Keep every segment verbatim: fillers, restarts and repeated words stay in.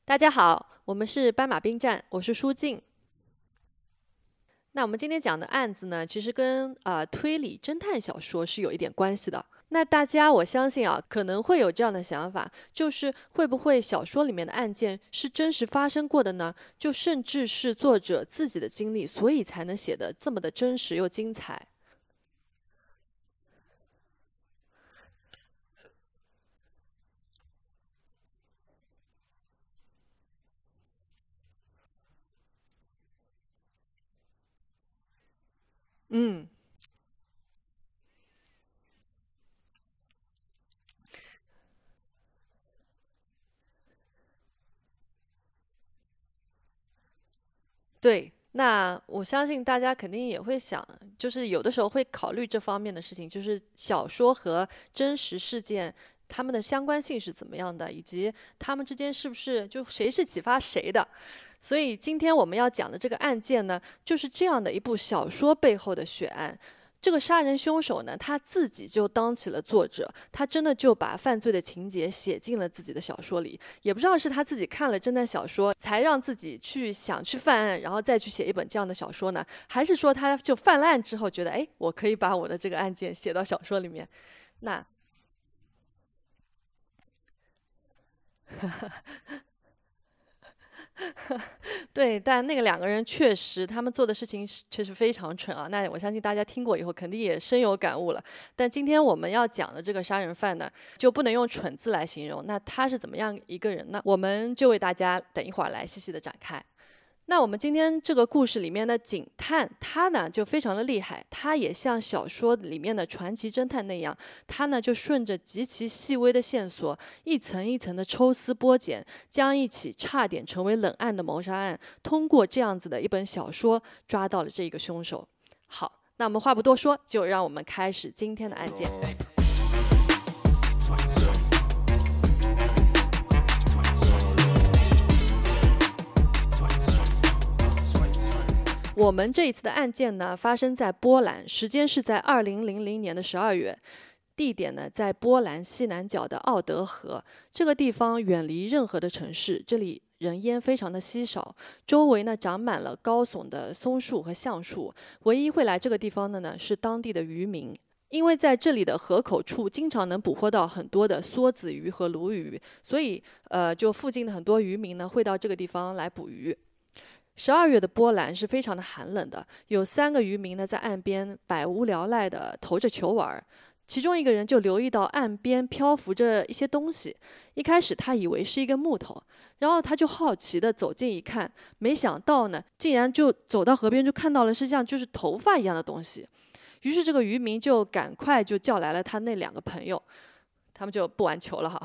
大家好，我们是斑马兵站，我是舒静。那我们今天讲的案子呢，其实跟呃推理侦探小说是有一点关系的。那大家我相信啊，可能会有这样的想法，就是会不会小说里面的案件是真实发生过的呢？就甚至是作者自己的经历，所以才能写得这么的真实又精彩。嗯。对，那我相信大家肯定也会想，就是有的时候会考虑这方面的事情，就是小说和真实事件它们的相关性是怎么样的，以及它们之间是不是就谁是启发谁的。所以今天我们要讲的这个案件呢，就是这样的一部小说背后的血案。这个杀人凶手呢，他自己就当起了作者，他真的就把犯罪的情节写进了自己的小说里。也不知道是他自己看了侦探小说，才让自己去想去犯案，然后再去写一本这样的小说呢？还是说他就犯了案之后觉得，哎，我可以把我的这个案件写到小说里面？那对，但那个两个人确实，他们做的事情是确实非常蠢啊。那我相信大家听过以后，肯定也深有感悟了。但今天我们要讲的这个杀人犯呢，就不能用“蠢”字来形容。那他是怎么样一个人呢？我们就为大家等一会儿来细细的展开。那我们今天这个故事里面的警探，他呢就非常的厉害，他也像小说里面的传奇侦探那样，他呢就顺着极其细微的线索，一层一层的抽丝剥茧，将一起差点成为冷案的谋杀案，通过这样子的一本小说抓到了这个凶手。好，那我们话不多说，就让我们开始今天的案件。我们这一次的案件呢，发生在波兰，时间是在二零零零年的十二月，地点呢在波兰西南角的奥德河。这个地方远离任何的城市，这里人烟非常的稀少，周围呢长满了高耸的松树和橡树。唯一会来这个地方的呢是当地的渔民。因为在这里的河口处经常能捕获到很多的梭子鱼和鲈鱼，所以呃，就附近的很多渔民呢会到这个地方来捕鱼。十二月的波兰是非常的寒冷的，有三个渔民呢在岸边百无聊赖地投着球玩儿。其中一个人就留意到岸边漂浮着一些东西，一开始他以为是一个木头，然后他就好奇地走近一看，没想到呢，竟然就走到河边就看到了是像就是头发一样的东西。于是这个渔民就赶快就叫来了他那两个朋友，他们就不玩球了哈。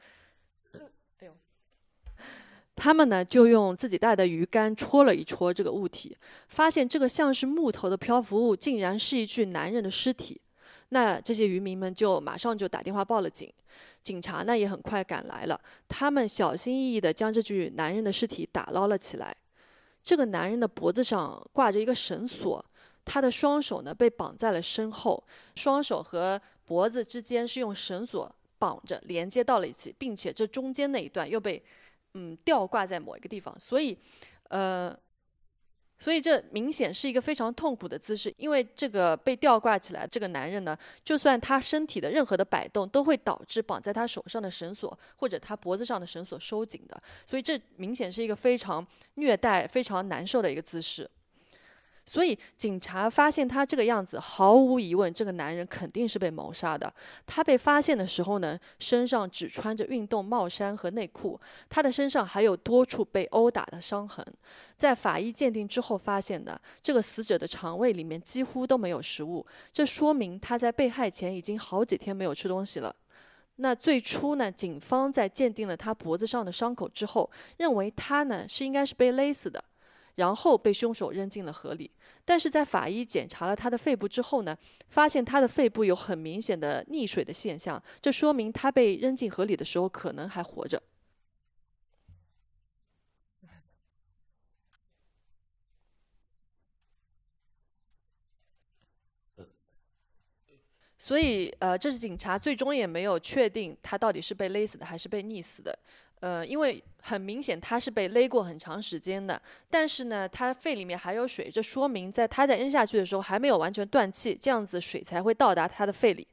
他们呢就用自己带的鱼竿戳了一戳这个物体，发现这个像是木头的漂浮物竟然是一具男人的尸体。那这些渔民们就马上就打电话报了警，警察呢也很快赶来了，他们小心翼翼地将这具男人的尸体打捞了起来。这个男人的脖子上挂着一个绳索，他的双手呢被绑在了身后，双手和脖子之间是用绳索绑着连接到了一起，并且这中间那一段又被嗯吊挂在某一个地方，所以呃。所以这明显是一个非常痛苦的姿势，因为这个被吊挂起来这个男人呢，就算他身体的任何的摆动，都会导致绑在他手上的绳索或者他脖子上的绳索收紧的，所以这明显是一个非常虐待、非常难受的一个姿势。所以警察发现他这个样子，毫无疑问，这个男人肯定是被谋杀的。他被发现的时候呢，身上只穿着运动帽衫和内裤，他的身上还有多处被殴打的伤痕。在法医鉴定之后发现的，这个死者的肠胃里面几乎都没有食物，这说明他在被害前已经好几天没有吃东西了。那最初呢，警方在鉴定了他脖子上的伤口之后，认为他呢是应该是被勒死的，然后被凶手扔进了河里。但是在法医检查了他的肺部之后呢，发现他的肺部有很明显的溺水的现象，这说明他被扔进河里的时候可能还活着。所以，呃，这是警察最终也没有确定他到底是被勒死的还是被溺死的。 呃，因为很明显他是被勒过很长时间的，但是呢，他肺里面还有水，这说明在他在扔下去的时候还没有完全断气，这样子水才会到达他的肺里。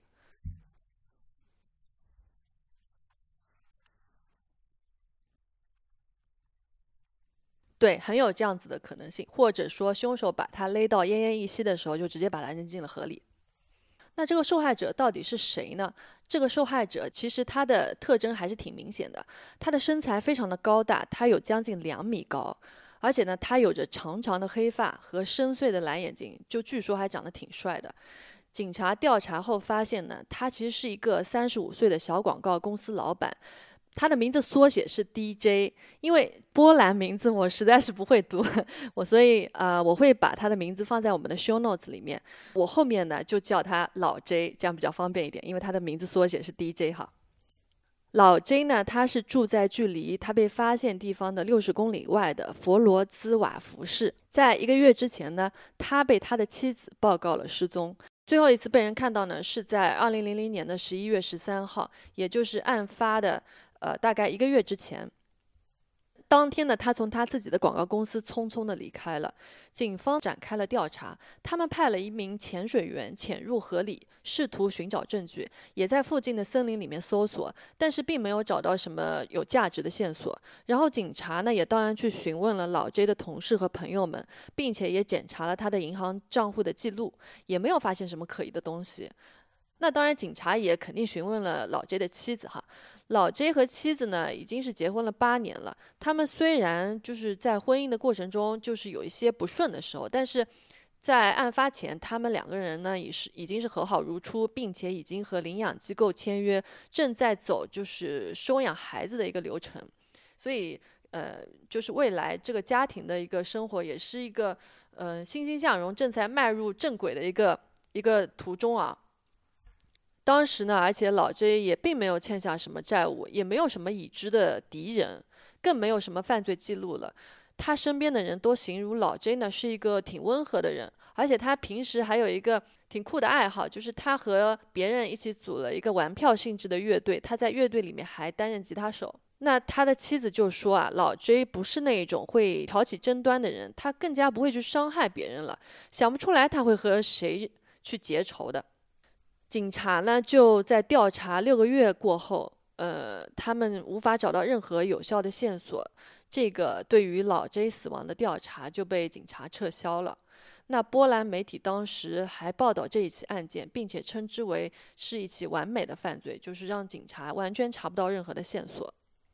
对，很有这样子的可能性，或者说凶手把他勒到奄奄一息的时候，就直接把他扔进了河里。那这个受害者到底是谁呢？这个受害者其实他的特征还是挺明显的，他的身材非常的高大，他有将近两米高，而且呢，他有着长长的黑发和深邃的蓝眼睛，就据说还长得挺帅的。警察调查后发现呢，他其实是一个三十五岁的小广告公司老板，他的名字缩写是 D J，因为波兰名字我实在是不会读，我所以呃我会把他的名字放在我们的 show notes 里面，我后面呢就叫他老 J，这样比较方便一点，因为他的名字缩写是 D J 哈。老 J 呢，他是住在距离他被发现地方的六十公里外的佛罗兹瓦夫市。在一个月之前呢，他被他的妻子报告了失踪。最后一次被人看到呢，是在二零零零年的十一月十三号，也就是案发的呃大概一个月之前。当天呢，他从他自己的广告公司匆匆的离开了。警方展开了调查，他们派了一名潜水员潜入河里，试图寻找证据，也在附近的森林里面搜索，但是并没有找到什么有价值的线索。然后警察呢，也当然去询问了老 J 的同事和朋友们，并且也检查了他的银行账户的记录，也没有发现什么可疑的东西。那当然，警察也肯定询问了老 J 的妻子哈。老 J 和妻子呢，已经是结婚了八年了。他们虽然就是在婚姻的过程中，就是有一些不顺的时候，但是在案发前，他们两个人呢，也是已经是和好如初，并且已经和领养机构签约，正在走就是收养孩子的一个流程。所以，呃，就是未来这个家庭的一个生活，也是一个呃欣欣向荣，正在迈入正轨的一个一个途中啊。当时呢，而且老 J 也并没有欠下什么债务，也没有什么已知的敌人，更没有什么犯罪记录了。他身边的人都形容老 J 呢是一个挺温和的人，而且他平时还有一个挺酷的爱好，就是他和别人一起组了一个玩票性质的乐队，他在乐队里面还担任吉他手。那他的妻子就说啊，老 J 不是那种会挑起争端的人，他更加不会去伤害别人了，想不出来他会和谁去结仇的。警察呢就在调查六个月过后，呃，他们无法找到任何有效的线索，这个对于老 J 死亡的调查就被警察撤销了。那波兰媒体当时还报道这一起案件，并且称之为是一起完美的犯罪，就是让警察完全查不到任何的线索。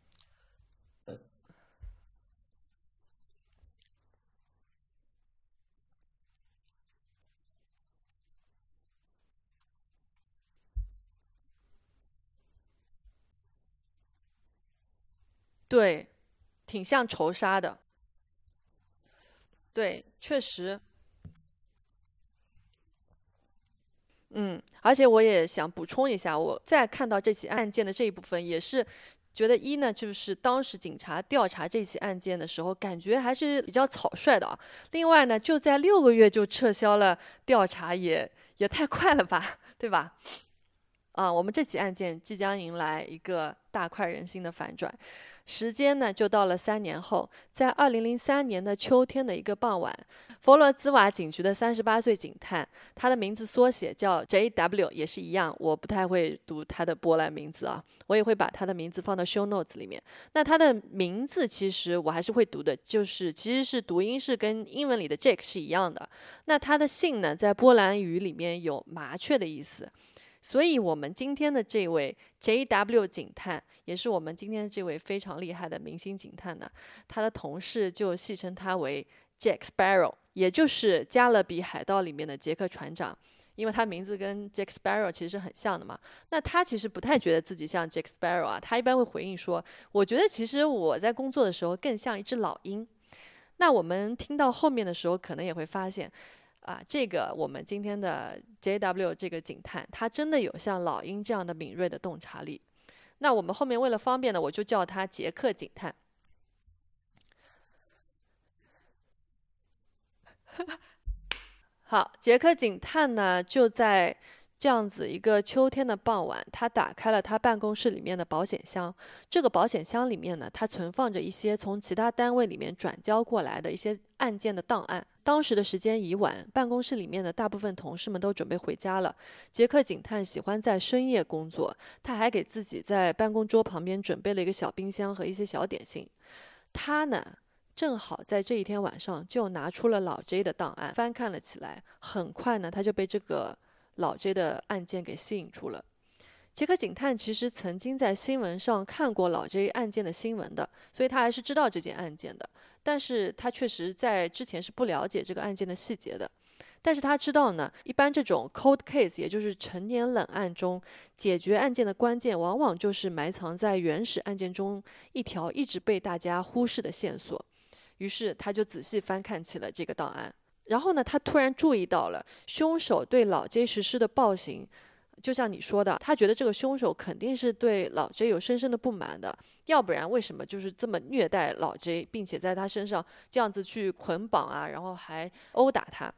对，挺像仇杀的。对，确实。嗯，而且我也想补充一下，我在看到这起案件的这一部分，也是觉得一呢，就是当时警察调查这起案件的时候，感觉还是比较草率的啊。另外呢，就在六个月就撤销了调查也，也太快了吧，对吧？啊，我们这起案件即将迎来一个大快人心的反转。时间呢，就到了三年后，在二零零三年的秋天的一个傍晚，佛罗兹瓦警局的三十八岁警探，他的名字缩写叫 J W，也是一样，我不太会读他的波兰名字啊，我也会把他的名字放到 show notes 里面。那他的名字其实我还是会读的，就是其实是读音是跟英文里的 Jake 是一样的。那他的姓呢，在波兰语里面有麻雀的意思。所以，我们今天的这位 J W 警探，也是我们今天这位非常厉害的明星警探呢，他的同事就戏称他为 Jack Sparrow，也就是《加勒比海盗》里面的杰克船长，因为他名字跟 Jack Sparrow 其实是很像的嘛。那他其实不太觉得自己像 Jack Sparrow 啊，他一般会回应说：“我觉得其实我在工作的时候更像一只老鹰。”那我们听到后面的时候，可能也会发现。啊，这个我们今天的 J W 这个警探，他真的有像老鹰这样的敏锐的洞察力。那我们后面为了方便呢，我就叫他杰克警探。好，杰克警探呢就在这样子一个秋天的傍晚，他打开了他办公室里面的保险箱。这个保险箱里面呢，它存放着一些从其他单位里面转交过来的一些案件的档案。当时的时间已晚，办公室里面的大部分同事们都准备回家了。杰克警探喜欢在深夜工作，他还给自己在办公桌旁边准备了一个小冰箱和一些小点心。他呢，正好在这一天晚上就拿出了老 J 的档案，翻看了起来。很快呢，他就被这个老 J 的案件给吸引住了。杰克警探其实曾经在新闻上看过老 J 案件的新闻的，所以他还是知道这件案件的。但是他确实在之前是不了解这个案件的细节的。但是他知道呢，一般这种 cold case， 也就是陈年冷案中，解决案件的关键往往就是埋藏在原始案件中一条一直被大家忽视的线索。于是他就仔细翻看起了这个档案。然后呢，他突然注意到了凶手对老 J 实施的暴行，就像你说的，他觉得这个凶手肯定是对老 J 有深深的不满的，要不然为什么就是这么虐待老 J， 并且在他身上这样子去捆绑啊，然后还殴打他。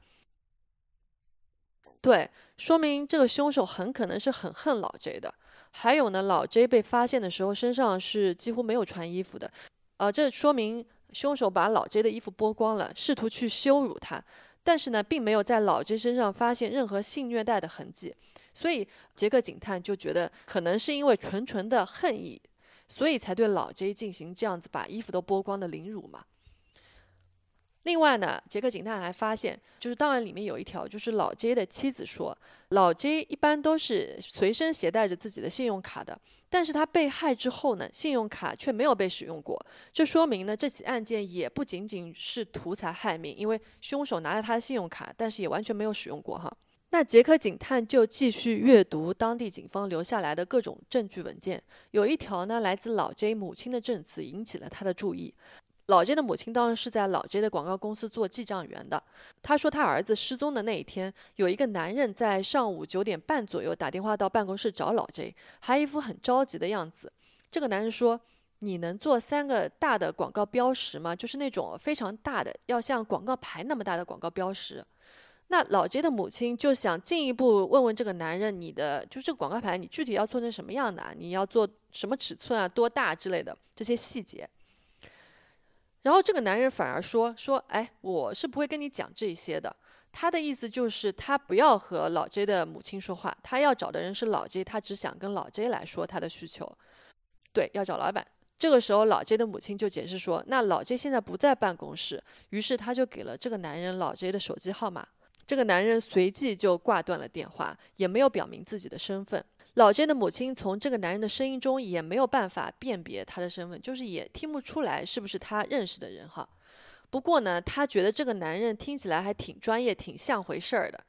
对，说明这个凶手很可能是很恨老 J 的。还有呢，老 J 被发现的时候身上是几乎没有穿衣服的，呃，这说明凶手把老 J 的衣服剥光了，试图去羞辱他。但是呢，并没有在老 J 身上发现任何性虐待的痕迹，所以杰克警探就觉得可能是因为纯纯的恨意，所以才对老 J 进行这样子把衣服都剥光的凌辱嘛。另外呢，杰克警探还发现，就是档案里面有一条，就是老 J 的妻子说，老 J 一般都是随身携带着自己的信用卡的，但是他被害之后呢，信用卡却没有被使用过。这说明呢，这起案件也不仅仅是图财害命，因为凶手拿了他的信用卡，但是也完全没有使用过哈。那杰克警探就继续阅读当地警方留下来的各种证据文件，有一条呢，来自老 J 母亲的证词引起了他的注意。老 J 的母亲当然是在老 J 的广告公司做记账员的。他说他儿子失踪的那一天，有一个男人在上午九点半左右打电话到办公室找老 J， 还一副很着急的样子。这个男人说：“你能做三个大的广告标识吗？就是那种非常大的，要像广告牌那么大的广告标识。”那老 J 的母亲就想进一步问问这个男人，你的就这个广告牌，你具体要做成什么样的啊？你要做什么尺寸啊？多大之类的这些细节。然后这个男人反而说说，哎，我是不会跟你讲这些的。他的意思就是他不要和老 J 的母亲说话，他要找的人是老 J， 他只想跟老 J 来说他的需求。对，要找老板。这个时候老 J 的母亲就解释说，那老 J 现在不在办公室，于是他就给了这个男人老 J 的手机号码。这个男人随即就挂断了电话，也没有表明自己的身份。老 J 的母亲从这个男人的声音中也没有办法辨别他的身份，就是也听不出来是不是他认识的人哈。不过呢，他觉得这个男人听起来还挺专业，挺像回事儿的，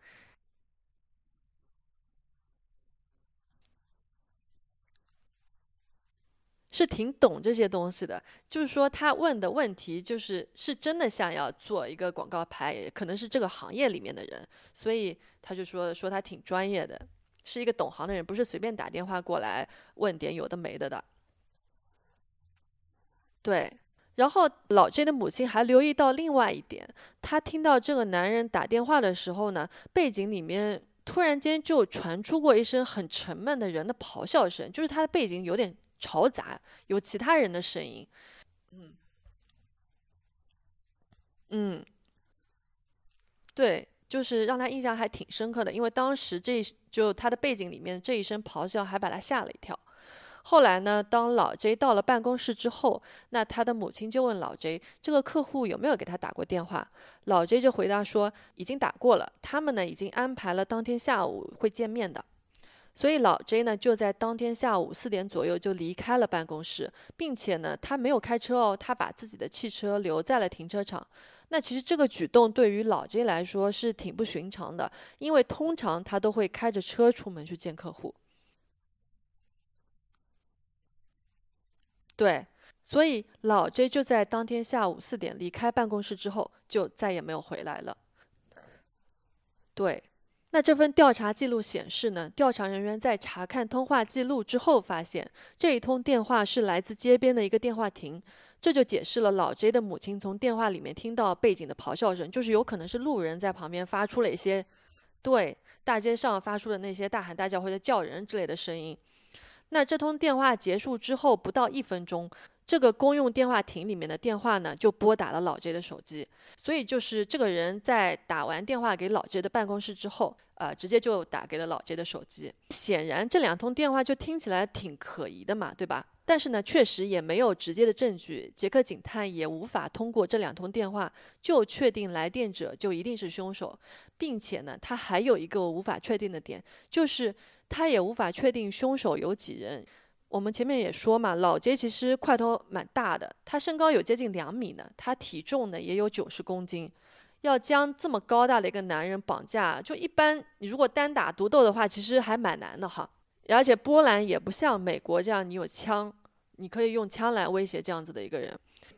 是挺懂这些东西的。就是说他问的问题就是是真的想要做一个广告牌，也可能是这个行业里面的人，所以他就说说他挺专业的，是一个懂行的人，不是随便打电话过来问点有的没的的。对。然后老 J 的母亲还留意到另外一点，她听到这个男人打电话的时候呢，背景里面突然间就传出过一声很沉闷的人的咆哮声，就是他的背景有点嘈杂，有其他人的声音。嗯嗯，对，就是让他印象还挺深刻的，因为当时这一就他的背景里面这一声咆哮还把他吓了一跳。后来呢，当老 J 到了办公室之后，那他的母亲就问老 J，这个客户有没有给他打过电话？老 J 就回答说已经打过了，他们呢已经安排了当天下午会见面的。所以老 J 呢就在当天下午四点左右就离开了办公室，并且呢他没有开车哦，他把自己的汽车留在了停车场。那其实这个举动对于老 J 来说是挺不寻常的，因为通常他都会开着车出门去见客户。对，所以老 J 就在当天下午四点离开办公室之后，就再也没有回来了。对，那这份调查记录显示呢，调查人员在查看通话记录之后，发现这一通电话是来自街边的一个电话亭，这就解释了老 J 的母亲从电话里面听到背景的咆哮声，就是有可能是路人在旁边发出了一些，对， 大街上发出的那些大喊大叫或者叫人之类的声音。那这通电话结束之后不到一分钟，这个公用电话亭里面的电话呢就拨打了老 J 的手机。所以就是这个人在打完电话给老 J 的办公室之后，呃，直接就打给了老 J 的手机。显然这两通电话就听起来挺可疑的嘛，对吧？但是呢，确实也没有直接的证据，杰克警探也无法通过这两通电话就确定来电者就一定是凶手，并且呢，他还有一个无法确定的点，就是他也无法确定凶手有几人。我们前面也说嘛，老 J 其实块头蛮大的，他身高有接近两米呢，他体重呢也有九十公斤，要将这么高大的一个男人绑架，就一般你如果单打独斗的话，其实还蛮难的哈。而且波兰也不像美国这样，你有枪，你可以用枪来威胁这样子的一个人。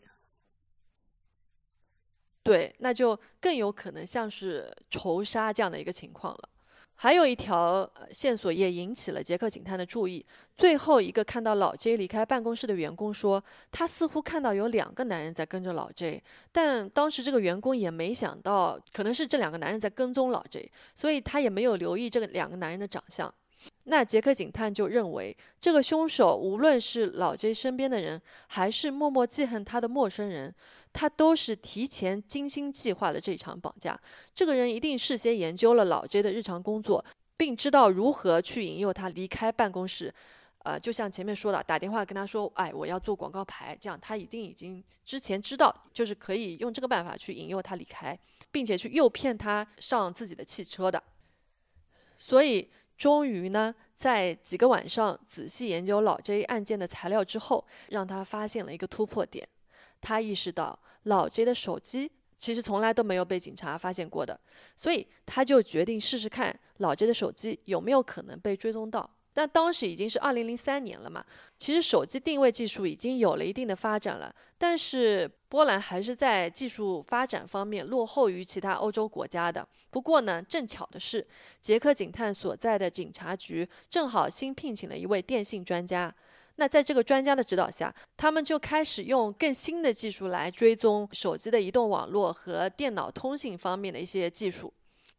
对，那就更有可能像是仇杀这样的一个情况了。还有一条呃线索也引起了杰克警探的注意。最后一个看到老 J 离开办公室的员工说，他似乎看到有两个男人在跟着老 J， 但当时这个员工也没想到可能是这两个男人在跟踪老 J， 所以他也没有留意这个两个男人的长相。那杰克警探就认为，这个凶手无论是老 J 身边的人，还是默默记恨他的陌生人，他都是提前精心计划了这场绑架。这个人一定事先研究了老 J 的日常工作，并知道如何去引诱他离开办公室。呃，就像前面说的，打电话跟他说，哎，我要做广告牌，这样他一定已经之前知道，就是可以用这个办法去引诱他离开，并且去诱骗他上自己的汽车的。所以终于呢，在几个晚上仔细研究老 J 案件的材料之后，让他发现了一个突破点。他意识到老 J 的手机其实从来都没有被警察发现过的，所以他就决定试试看老 J 的手机有没有可能被追踪到。但当时已经是二零零三年了嘛，其实手机定位技术已经有了一定的发展了，但是波兰还是在技术发展方面落后于其他欧洲国家的。不过呢，正巧的是，捷克警探所在的警察局正好新聘请了一位电信专家。那在这个专家的指导下，他们就开始用更新的技术来追踪手机的移动网络和电脑通信方面的一些技术。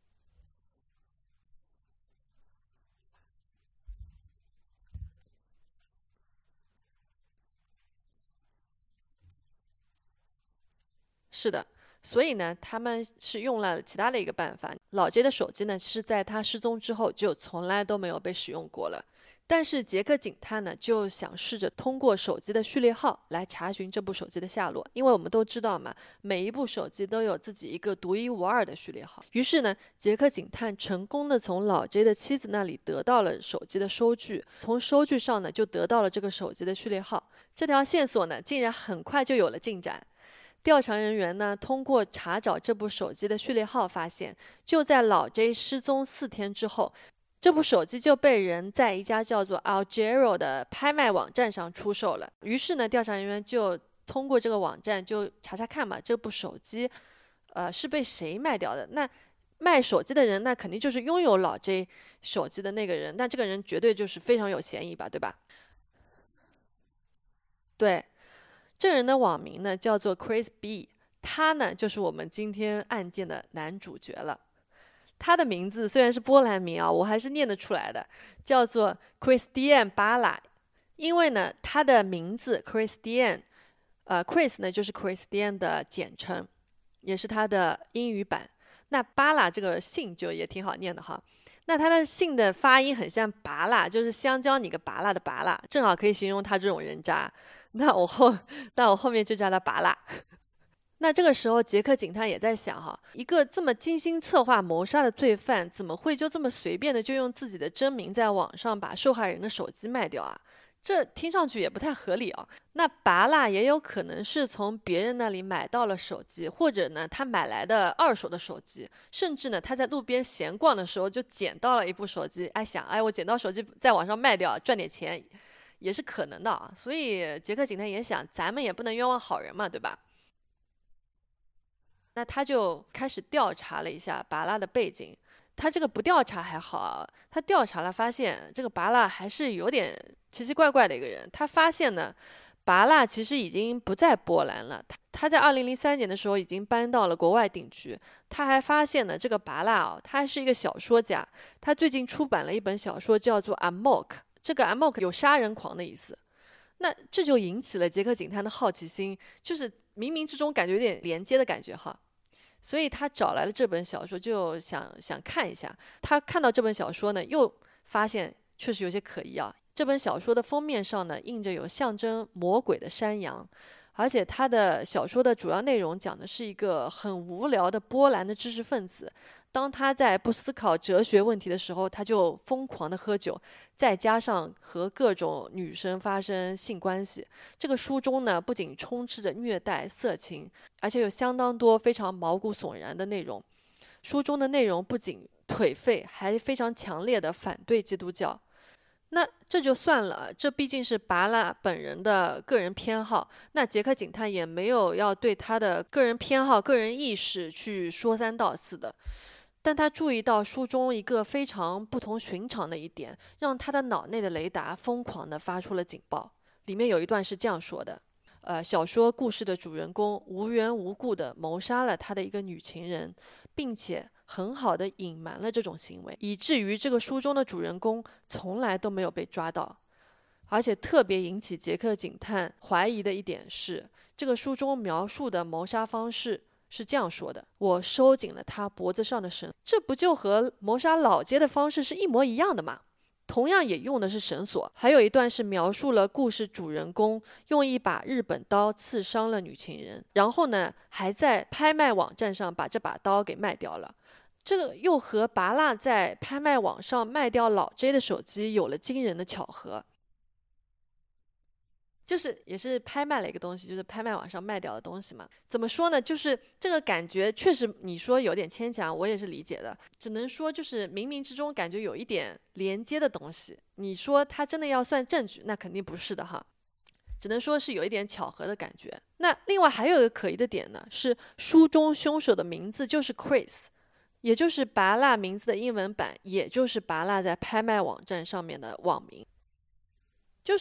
是的，所以呢，他们是用了其他的一个办法。老 J 的手机呢，是在他失踪之后就从来都没有被使用过了。但是杰克警探呢，就想试着通过手机的序列号来查询这部手机的下落，因为我们都知道嘛，每一部手机都有自己一个独一无二的序列号。于是呢，杰克警探成功的从老 J 的妻子那里得到了手机的收据，从收据上呢，就得到了这个手机的序列号。这条线索呢，竟然很快就有了进展。调查人员呢，通过查找这部手机的序列号，发现就在老 J 失踪四天之后，这部手机就被人在一家叫做 Algero 的拍卖网站上出售了。于是呢，调查人员就通过这个网站就查查看嘛，这部手机，呃，是被谁卖掉的？那卖手机的人，那肯定就是拥有老 J 手机的那个人，那这个人绝对就是非常有嫌疑吧，对吧？对。这人的网名呢叫做 Chris B， 他呢就是我们今天案件的男主角了。他的名字虽然是波兰名啊，我还是念得出来的，叫做 Christian Bala。因为呢，他的名字 Christian，呃，Chris 呢就是 Christian 的简称，也是他的英语版。那巴拉这个姓就也挺好念的哈。那他的姓的发音很像拔蜡，就是香蕉你个拔蜡的拔蜡，正好可以形容他这种人渣。那我后，那我后面就叫他拔蜡。那这个时候，杰克警探也在想哈，一个这么精心策划谋杀的罪犯，怎么会就这么随便的就用自己的真名在网上把受害人的手机卖掉啊？这听上去也不太合理啊。那拔蜡也有可能是从别人那里买到了手机，或者呢，他买来的二手的手机，甚至呢，他在路边闲逛的时候就捡到了一部手机，哎，想，哎，我捡到手机在网上卖掉赚点钱，也是可能的啊。所以杰克警探也想，咱们也不能冤枉好人嘛，对吧？那他就开始调查了一下拔蜡的背景。他这个不调查还好啊，他调查了，发现这个拔蜡还是有点奇奇怪怪的一个人。他发现呢， 拔蜡其实已经不在波兰了，他他在二零零三年的时候已经搬到了国外定居。他还发现呢，这个拔蜡哦，他还是一个小说家，他最近出版了一本小说叫做《Amok》，这个 Amok 有杀人狂的意思。那这就引起了杰克警探的好奇心，就是冥冥之中感觉有点连接的感觉哈。所以他找来了这本小说，就想想看一下。他看到这本小说呢，又发现确实有些可疑啊。这本小说的封面上呢，印着有象征魔鬼的山羊，而且他的小说的主要内容讲的是一个很无聊的波兰的知识分子。当他在不思考哲学问题的时候，他就疯狂的喝酒，再加上和各种女生发生性关系。这个书中呢，不仅充斥着虐待、色情，而且有相当多非常毛骨悚然的内容。书中的内容不仅颓废，还非常强烈的反对基督教。那这就算了，这毕竟是拔蜡本人的个人偏好，那杰克警探也没有要对他的个人偏好、个人意识去说三道四的。但他注意到书中一个非常不同寻常的一点，让他的脑内的雷达疯狂地发出了警报。里面有一段是这样说的：呃，小说故事的主人公无缘无故地谋杀了他的一个女情人，并且很好地隐瞒了这种行为，以至于这个书中的主人公从来都没有被抓到。而且特别引起杰克警探怀疑的一点是，这个书中描述的谋杀方式是这样说的：我收紧了他脖子上的绳，这不就和谋杀老街的方式是一模一样的吗？同样也用的是绳索。还有一段是描述了故事主人公用一把日本刀刺伤了女情人，然后呢还在拍卖网站上把这把刀给卖掉了。这个又和拔蜡在拍卖网上卖掉老 J 的手机有了惊人的巧合。就是也是拍卖了一个东西，就是拍卖网上卖掉的东西嘛。怎么说呢？就是这个感觉确实，你说有点牵强，我也是理解的。只能说就是冥冥之中感觉有一点连接的东西。你说它真的要算证据，那肯定不是的哈。只能说是有一点巧合的感觉。那另外还有一个可疑的点呢，是书中凶手的名字就是 Chris， 也就是拔蜡名字的英文版，也就是拔蜡在拍卖网站上面的网名，就是。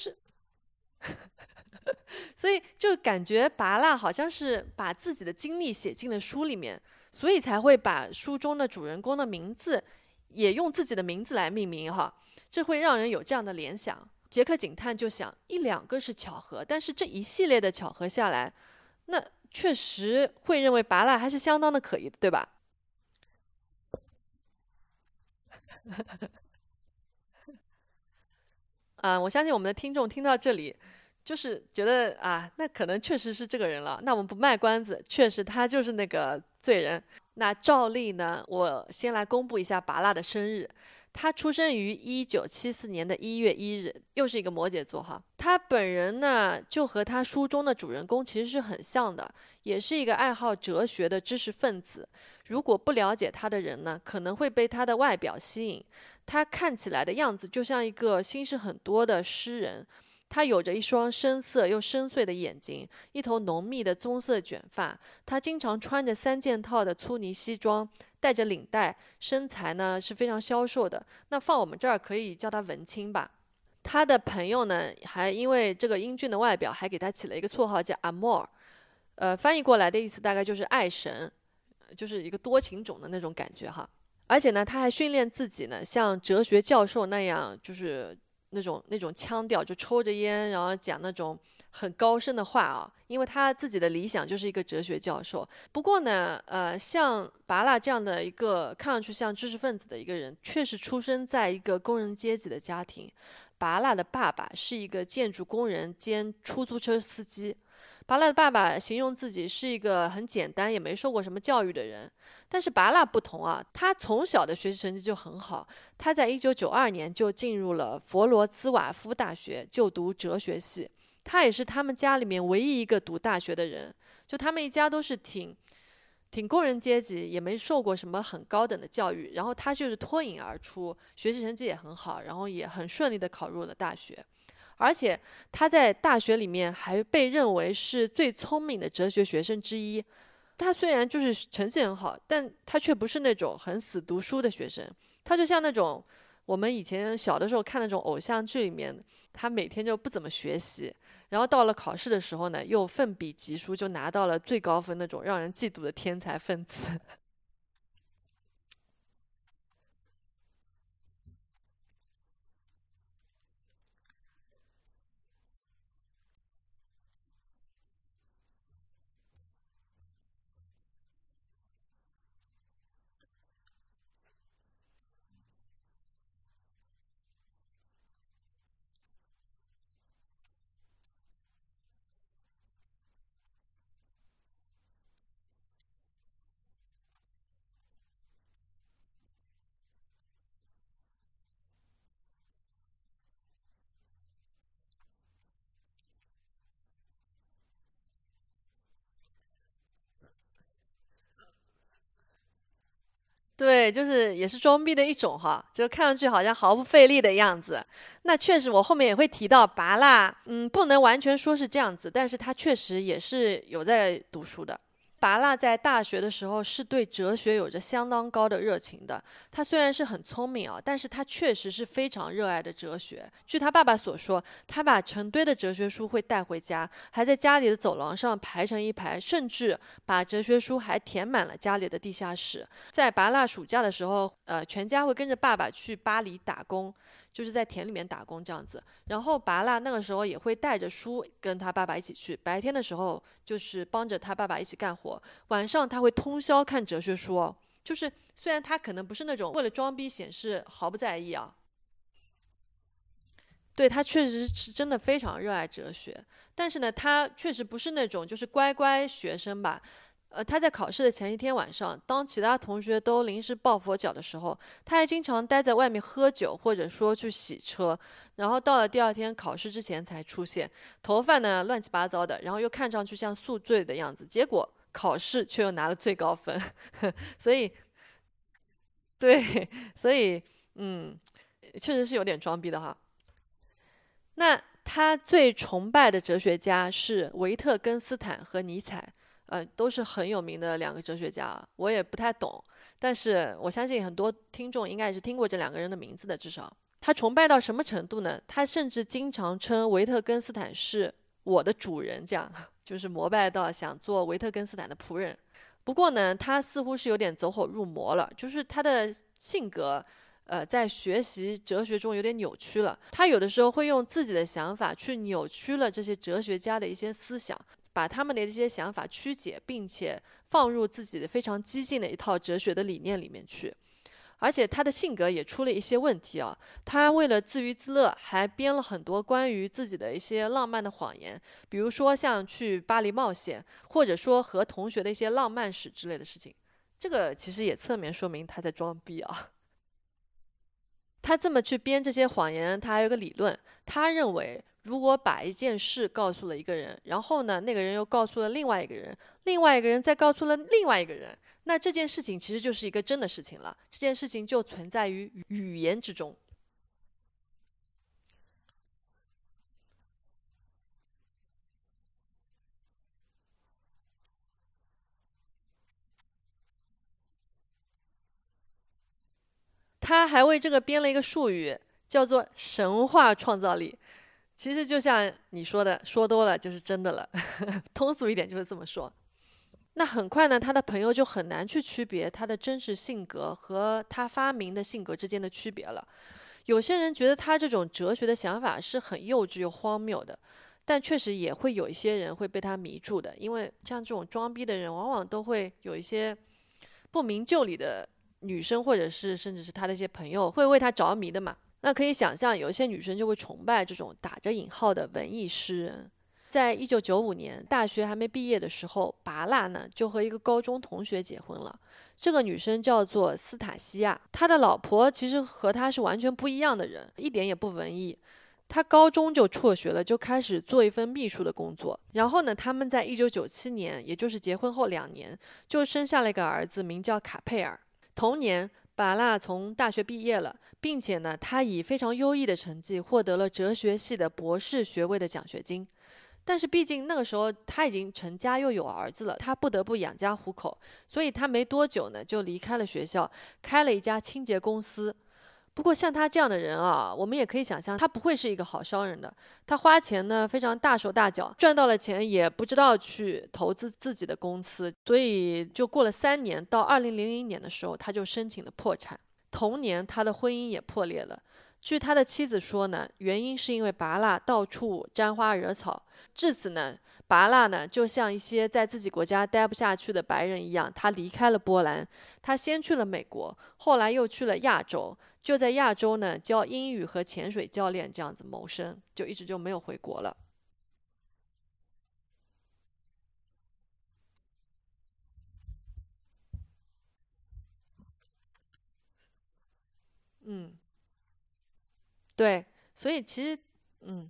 所以就感觉拔蜡好像是把自己的经历写进了书里面，所以才会把书中的主人公的名字也用自己的名字来命名哈，这会让人有这样的联想。杰克警探就想，一两个是巧合，但是这一系列的巧合下来，那确实会认为拔蜡还是相当的可疑的，对吧？啊、我相信我们的听众听到这里，就是觉得啊，那可能确实是这个人了。那我们不卖关子，确实他就是那个罪人。那照例呢，我先来公布一下拔蜡的生日。他出生于一九七四年的一月一日，又是一个摩羯座哈。他本人呢，就和他书中的主人公其实是很像的，也是一个爱好哲学的知识分子。如果不了解他的人呢，可能会被他的外表吸引。他看起来的样子就像一个心事很多的诗人。他有着一双深色又深邃的眼睛，一头浓密的棕色卷发。他经常穿着三件套的粗呢西装，带着领带，身材呢是非常消瘦的。那放我们这儿可以叫他文青吧。他的朋友呢，还因为这个英俊的外表，还给他起了一个绰号叫 Amor， 呃，翻译过来的意思大概就是爱神，就是一个多情种的那种感觉哈。而且呢，他还训练自己呢，像哲学教授那样，就是那种那种腔调，就抽着烟，然后讲那种很高深的话啊。因为他自己的理想就是一个哲学教授。不过呢，呃，像拔蜡这样的一个看上去像知识分子的一个人，确实出生在一个工人阶级的家庭。拔蜡的爸爸是一个建筑工人兼出租车司机。拔蜡的爸爸形容自己是一个很简单，也没受过什么教育的人。但是拔蜡不同啊，他从小的学习成绩就很好。他在一九九二年就进入了佛罗兹瓦夫大学就读哲学系。他也是他们家里面唯一一个读大学的人。就他们一家都是挺挺工人阶级，也没受过什么很高等的教育。然后他就是脱颖而出，学习成绩也很好，然后也很顺利的考入了大学。而且他在大学里面还被认为是最聪明的哲学学生之一。他虽然就是成绩很好，但他却不是那种很死读书的学生。他就像那种我们以前小的时候看那种偶像剧里面，他每天就不怎么学习， 然后到了考试的时候呢，又奋笔疾书，就拿到了最高分那种让人嫉妒的天才分子。对，就是也是装逼的一种哈，就看上去好像毫不费力的样子。那确实，我后面也会提到拔蜡，嗯，不能完全说是这样子，但是他确实也是有在读书的。拔蜡在大学的时候是对哲学有着相当高的热情的。他虽然是很聪明啊，但是他确实是非常热爱的哲学。据他爸爸所说，他把成堆的哲学书会带回家，还在家里的走廊上排成一排，甚至把哲学书还填满了家里的地下室。在拔蜡暑假的时候，呃，全家会跟着爸爸去巴黎打工，就是在田里面打工这样子。然后拔蜡那个时候也会带着书跟他爸爸一起去，白天的时候就是帮着他爸爸一起干活，晚上他会通宵看哲学书哦。就是虽然他可能不是那种为了装逼显示毫不在意啊，对，他确实是真的非常热爱哲学，但是呢，他确实不是那种就是乖乖学生吧。呃，他在考试的前一天晚上，当其他同学都临时抱佛脚的时候，他还经常待在外面喝酒，或者说去洗车，然后到了第二天考试之前才出现，头发呢乱七八糟的，然后又看上去像宿醉的样子，结果考试却又拿了最高分。所以对，所以嗯，确实是有点装逼的哈。那他最崇拜的哲学家是维特根斯坦和尼采，呃，都是很有名的两个哲学家啊。我也不太懂，但是我相信很多听众应该也是听过这两个人的名字的，至少。他崇拜到什么程度呢？他甚至经常称维特根斯坦是我的主人，这样就是膜拜到想做维特根斯坦的仆人。不过呢，他似乎是有点走火入魔了，就是他的性格，呃，在学习哲学中有点扭曲了。他有的时候会用自己的想法去扭曲了这些哲学家的一些思想，把他们的一些想法曲解，并且放入自己的非常激进的一套哲学的理念里面去。而且他的性格也出了一些问题啊，他为了自娱自乐，还编了很多关于自己的一些浪漫的谎言，比如说像去巴黎冒险，或者说和同学的一些浪漫史之类的事情。这个其实也侧面说明他在装逼啊。他这么去编这些谎言，他还有个理论，他认为如果把一件事告诉了一个人，然后呢，那个人又告诉了另外一个人，另外一个人再告诉了另外一个人，那这件事情其实就是一个真的事情了，这件事情就存在于语言之中。他还为这个编了一个术语，叫做神话创造力。其实就像你说的，说多了就是真的了，通俗一点就是这么说。那很快呢，他的朋友就很难去区别他的真实性格和他发明的性格之间的区别了。有些人觉得他这种哲学的想法是很幼稚又荒谬的，但确实也会有一些人会被他迷住的，因为像这种装逼的人，往往都会有一些不明就里的女生，或者是甚至是他的一些朋友会为他着迷的嘛。那可以想象，有一些女生就会崇拜这种打着引号的文艺诗人。在一九九五年大学还没毕业的时候，拔蜡呢就和一个高中同学结婚了。这个女生叫做斯塔西亚，他的老婆其实和他是完全不一样的人，一点也不文艺。他高中就辍学了，就开始做一份秘书的工作。然后呢，他们在一九九七年，也就是结婚后两年，就生下了一个儿子，名叫卡佩尔。同年，巴拉从大学毕业了，并且呢，他以非常优异的成绩获得了哲学系的博士学位的奖学金。但是毕竟那个时候他已经成家又有儿子了，他不得不养家糊口，所以他没多久呢就离开了学校，开了一家清洁公司。 不过像他这样的人啊，我们也可以想象，他不会是一个好商人的。他花钱呢非常大手大脚，赚到了钱也不知道去投资自己的公司，所以就过了三年，到二零零零年的时候，他就申请了破产。同年，他的婚姻也破裂了。据他的妻子说呢，原因是因为拔蜡到处沾花惹草。至此呢，拔蜡呢就像一些在自己国家待不下去的白人一样，他离开了波兰。他先去了美国，后来又去了亚洲，就在亚洲呢教英语和潜水教练，这样子谋生，就一直就没有回国了。嗯，对，所以其实，嗯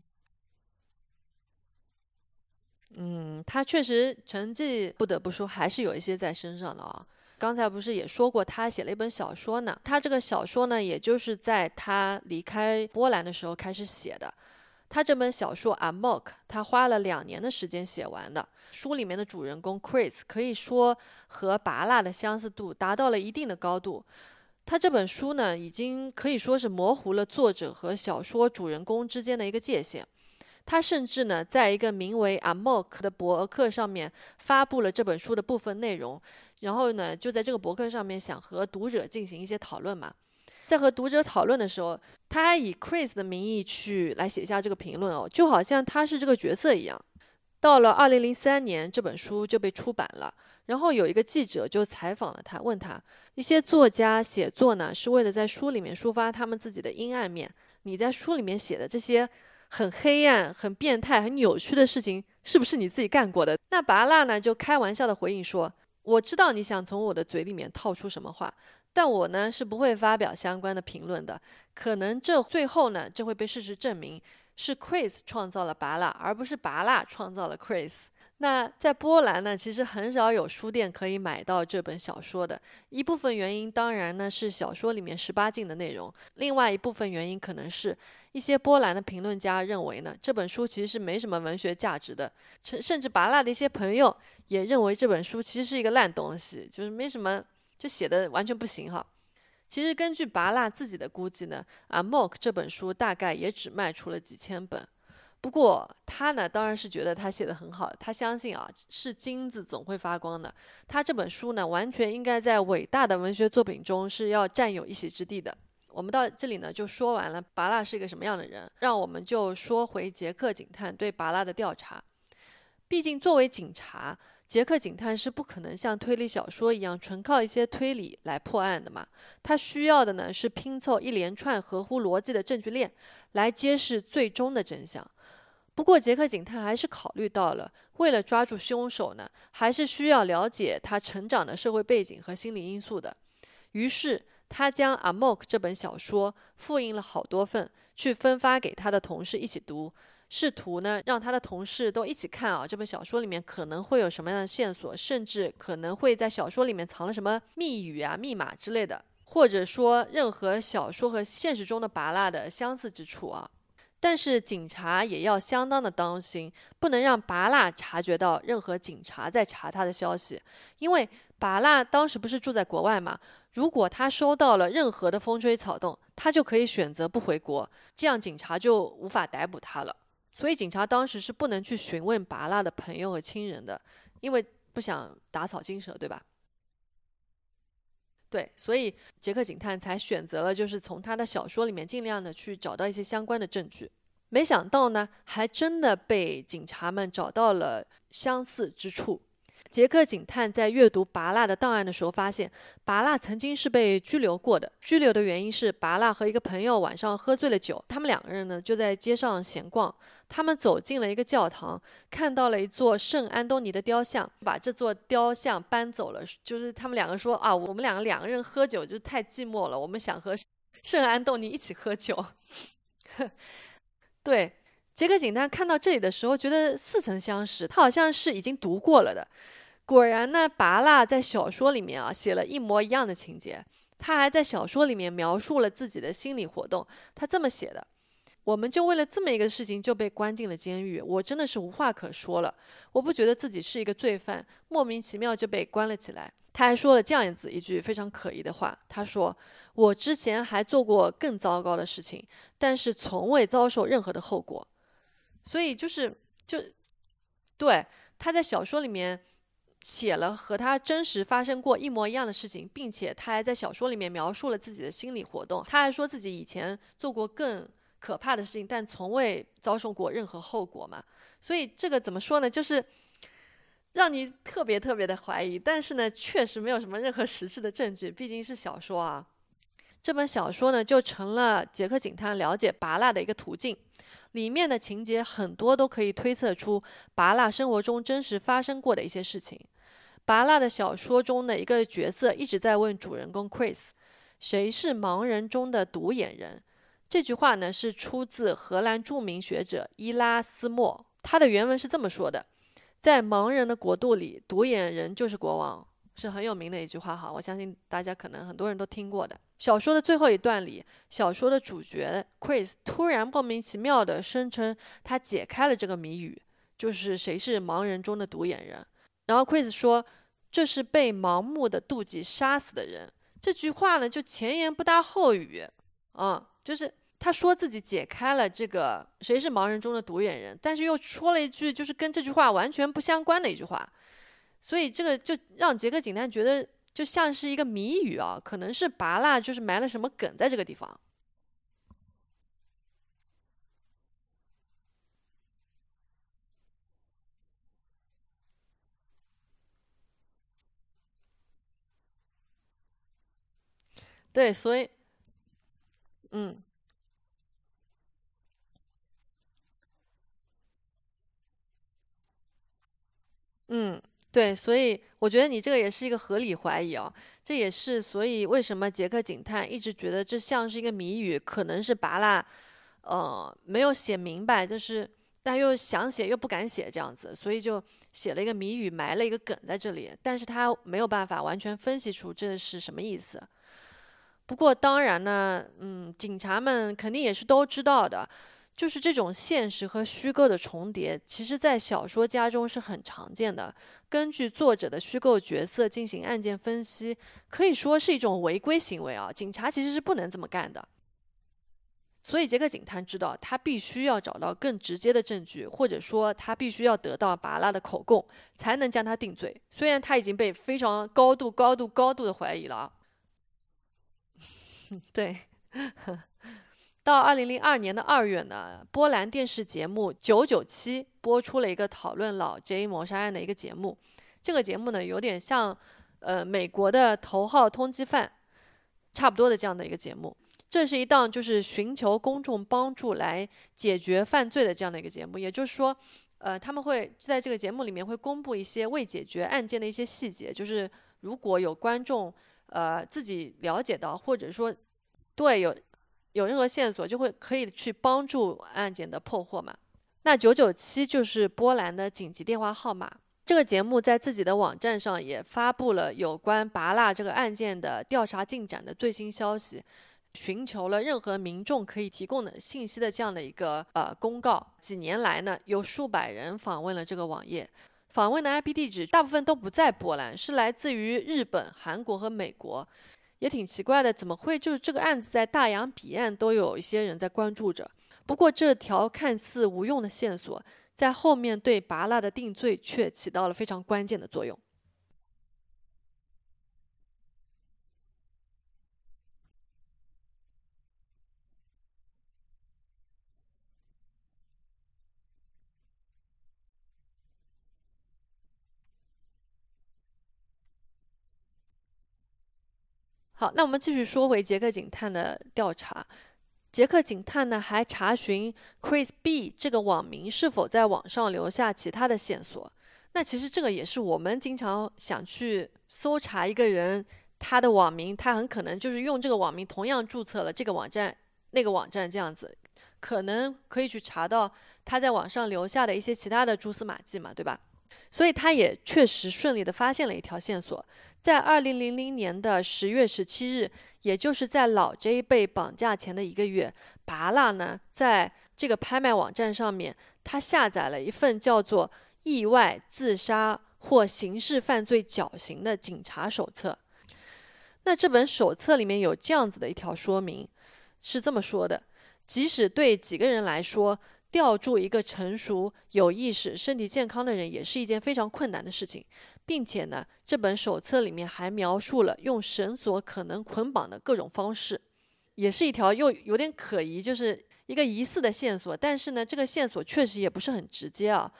嗯，他确实成绩不得不说还是有一些在身上的啊。刚才不是也说过，他写了一本小说呢。他这个小说呢，也就是在他离开波兰的时候开始写的。他这本小说《Amok》，他花了两年的时间写完的。书里面的主人公 Chris 可以说和拔蜡的相似度达到了一定的高度。他这本书呢，已经可以说是模糊了作者和小说主人公之间的一个界限。他甚至呢，在一个名为 Amok 的博客上面发布了这本书的部分内容，然后呢，就在这个博客上面想和读者进行一些讨论嘛。在和读者讨论的时候，他还以 Chris 的名义去来写下这个评论哦，就好像他是这个角色一样。到了二零零三年，这本书就被出版了。然后有一个记者就采访了他，问他，一些作家写作呢是为了在书里面抒发他们自己的阴暗面，你在书里面写的这些很黑暗、很变态、很扭曲的事情，是不是你自己干过的？那拔蜡呢就开玩笑的回应说，我知道你想从我的嘴里面套出什么话，但我呢是不会发表相关的评论的。可能这最后呢，这会被事实证明是 Chris 创造了拔蜡，而不是拔蜡创造了 Chris。那在波兰呢，其实很少有书店可以买到这本小说的。一部分原因当然呢是小说里面十八禁的内容，另外一部分原因可能是一些波兰的评论家认为呢，这本书其实是没什么文学价值的，甚甚至拔蜡的一些朋友也认为这本书其实是一个烂东西，就是没什么，就写的完全不行哈。其实根据拔蜡自己的估计呢，《Amok》这本书大概也只卖出了几千本。不过他呢，当然是觉得他写的很好，他相信啊，是金子总会发光的。他这本书呢，完全应该在伟大的文学作品中是要占有一席之地的。我们到这里呢，就说完了拔蜡是一个什么样的人，让我们就说回杰克警探对拔蜡的调查。毕竟作为警察，杰克警探是不可能像推理小说一样纯靠一些推理来破案的嘛。他需要的呢是拼凑一连串合乎逻辑的证据链，来揭示最终的真相。不过，杰克警探还是考虑到了，为了抓住凶手呢，还是需要了解他成长的社会背景和心理因素的。于是，他将《Amok》这本小说复印了好多份，去分发给他的同事一起读，试图呢让他的同事都一起看啊，这本小说里面可能会有什么样的线索，甚至可能会在小说里面藏了什么密语啊、密码之类的，或者说任何小说和现实中的拔蜡的相似之处啊。但是警察也要相当的当心，不能让拔蜡察觉到任何警察在查他的消息，因为拔蜡当时不是住在国外嘛，如果他收到了任何的风吹草动，他就可以选择不回国，这样警察就无法逮捕他了。所以警察当时是不能去询问拔蜡的朋友和亲人的，因为不想打草惊蛇，对吧？对，所以杰克警探才选择了就是从他的小说里面尽量的去找到一些相关的证据。没想到呢，还真的被警察们找到了相似之处。杰克警探在阅读拔蜡的档案的时候，发现拔蜡曾经是被拘留过的。拘留的原因是拔蜡和一个朋友晚上喝醉了酒，他们两个人呢就在街上闲逛。他们走进了一个教堂，看到了一座圣安东尼的雕像，把这座雕像搬走了。就是他们两个说啊，我们两个两个人喝酒就太寂寞了，我们想和圣安东尼一起喝酒。对，杰克警探看到这里的时候，觉得似曾相识，他好像是已经读过了的。果然呢，拔蜡在小说里面啊写了一模一样的情节，他还在小说里面描述了自己的心理活动。他这么写的：我们就为了这么一个事情就被关进了监狱，我真的是无话可说了。我不觉得自己是一个罪犯，莫名其妙就被关了起来。 他还说了这样子一句非常可疑的话，他说：我之前还做过更糟糕的事情，但是从未遭受任何的后果。所以就是就对，他在小说里面写了和他真实发生过一模一样的事情，并且他还在小说里面描述了自己的心理活动。他还说自己以前做过更可怕的事情，但从未遭受过任何后果嘛。所以这个怎么说呢？就是让你特别特别的怀疑，但是呢，确实没有什么任何实质的证据，毕竟是小说啊。这本小说呢，就成了杰克警探了解拔蜡的一个途径。里面的情节很多都可以推测出拔蜡生活中真实发生过的一些事情。拔蜡的小说中的一个角色一直在问主人公 Chris， 谁是盲人中的独眼人？这句话呢是出自荷兰著名学者伊拉斯莫，他的原文是这么说的：在盲人的国度里，独眼人就是国王，是很有名的一句话哈，我相信大家可能很多人都听过的。小说的最后一段里，小说的主角 Chris 突然莫名其妙地声称他解开了这个谜语，就是谁是盲人中的独眼人。然后 Chris 说这是被盲目的妒忌杀死的人。这句话呢就前言不搭后语，嗯，就是他说自己解开了这个谁是盲人中的独眼人，但是又说了一句就是跟这句话完全不相关的一句话，所以这个就让杰克警探觉得就像是一个谜语啊，可能是拔蜡就是埋了什么梗在这个地方。对，所以嗯嗯，对，所以我觉得你这个也是一个合理怀疑啊，这也是所以为什么杰克警探一直觉得这像是一个谜语，可能是拔蜡呃没有写明白，就是但又想写又不敢写这样子，所以就写了一个谜语，埋了一个梗在这里，但是他没有办法完全分析出这是什么意思。不过当然呢，嗯，警察们肯定也是都知道的，就是这种现实和虚构的重叠，其实在小说家中是很常见的。根据作者的虚构角色进行案件分析，可以说是一种违规行为啊，警察其实是不能这么干的。所以杰克警探知道，他必须要找到更直接的证据，或者说他必须要得到拔拉的口供，才能将他定罪。虽然他已经被非常高度、高度、高度的怀疑了啊。对，到二零零二年的二月呢，波兰电视节目九九七播出了一个讨论老 J 谋杀案的一个节目。这个节目呢，有点像呃美国的头号通缉犯差不多的这样的一个节目。这是一档就是寻求公众帮助来解决犯罪的这样的一个节目。也就是说，呃，他们会在这个节目里面会公布一些未解决案件的一些细节，就是如果有观众呃自己了解到，或者说对有有任何线索，就会可以去帮助案件的破获嘛。那九九七就是波兰的紧急电话号码。这个节目在自己的网站上也发布了有关拔蜡这个案件的调查进展的最新消息，寻求了任何民众可以提供的信息的这样的一个呃公告。几年来呢，有数百人访问了这个网页，访问的 I P 地址大部分都不在波兰，是来自于日本、韩国和美国。也挺奇怪的，怎么会就是这个案子在大洋彼岸都有一些人在关注着？不过这条看似无用的线索，在后面对拔蜡的定罪却起到了非常关键的作用。好，那我们继续说回杰克警探的调查。杰克警探呢还查询 Chris B 这个网名是否在网上留下其他的线索。那其实这个也是我们经常想去搜查一个人他的网名，他很可能就是用这个网名同样注册了这个网站、那个网站这样子，可能可以去查到他在网上留下的一些其他的蛛丝马迹嘛，对吧？所以他也确实顺利的发现了一条线索。在二零零零年的十月十七日，也就是在老 J 被绑架前的一个月，拔蜡呢在这个拍卖网站上面，他下载了一份叫做"意外自杀或刑事犯罪绞刑的警察手册。那这本手册里面有这样子的一条说明，是这么说的：即使对几个人来说，吊住一个成熟、有意识、身体健康的人也是一件非常困难的事情，并且呢，这本手册里面还描述了用绳索可能捆绑的各种方式，也是一条又有点可疑，就是一个疑似的线索，但是呢，这个线索确实也不是很直接啊。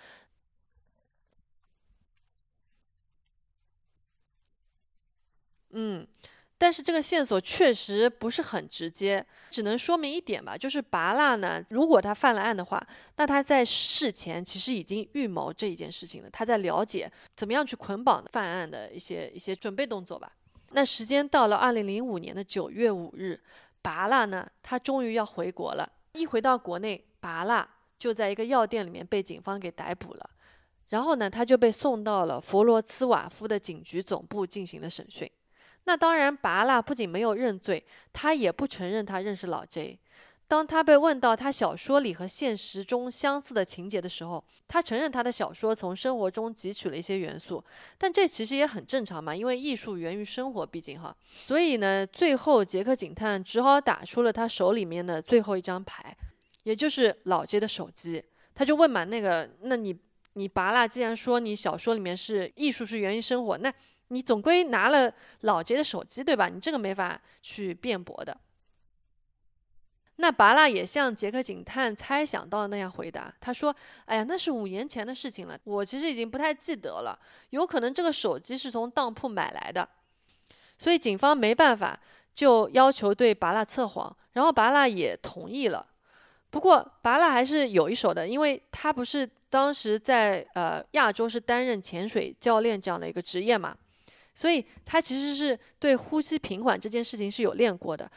嗯。但是这个线索确实不是很直接，只能说明一点吧，就是拔蜡呢，如果他犯了案的话，那他在事前其实已经预谋这一件事情了，他在了解怎么样去捆绑犯案的一些一些准备动作吧。那时间到了二零零五年的九月五日，拔蜡呢，他终于要回国了。一回到国内，拔蜡就在一个药店里面被警方给逮捕了，然后呢，他就被送到了佛罗茨瓦夫的警局总部进行了审讯。那当然，拔蜡不仅没有认罪，他也不承认他认识老 J。当他被问到他小说里和现实中相似的情节的时候，他承认他的小说从生活中汲取了一些元素，但这其实也很正常嘛，因为艺术源于生活，毕竟哈。所以呢，最后杰克警探只好打出了他手里面的最后一张牌，也就是老 J 的手机。他就问嘛，那个，那你你拔蜡既然说你小说里面是艺术是源于生活，那你总归拿了老杰的手机，对吧？你这个没法去辩驳的。那拔蜡也像杰克警探猜想到的那样回答，他说：哎呀，那是五年前的事情了，我其实已经不太记得了，有可能这个手机是从当铺买来的。所以警方没办法，就要求对拔蜡测谎，然后拔蜡也同意了。不过拔蜡还是有一手的，因为他不是当时在呃亚洲是担任潜水教练这样的一个职业嘛，所以他其实是对呼吸平缓这件事情是有练过的。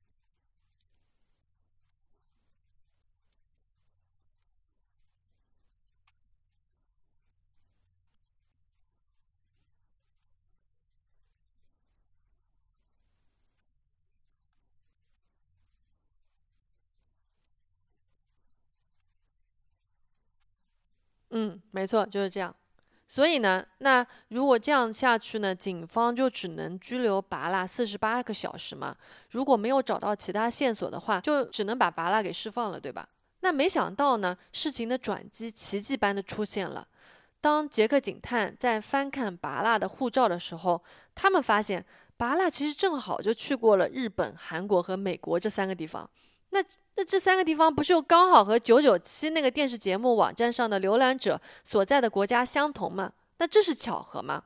嗯，没错，就是这样。所以呢，那如果这样下去呢，警方就只能拘留拔蜡四十八个小时嘛。如果没有找到其他线索的话，就只能把拔蜡给释放了，对吧？那没想到呢，事情的转机奇迹般的出现了。当杰克警探在翻看拔蜡的护照的时候，他们发现拔蜡其实正好就去过了日本、韩国和美国这三个地方。那那这三个地方不就刚好和九九七那个电视节目网站上的浏览者所在的国家相同吗？那这是巧合吗？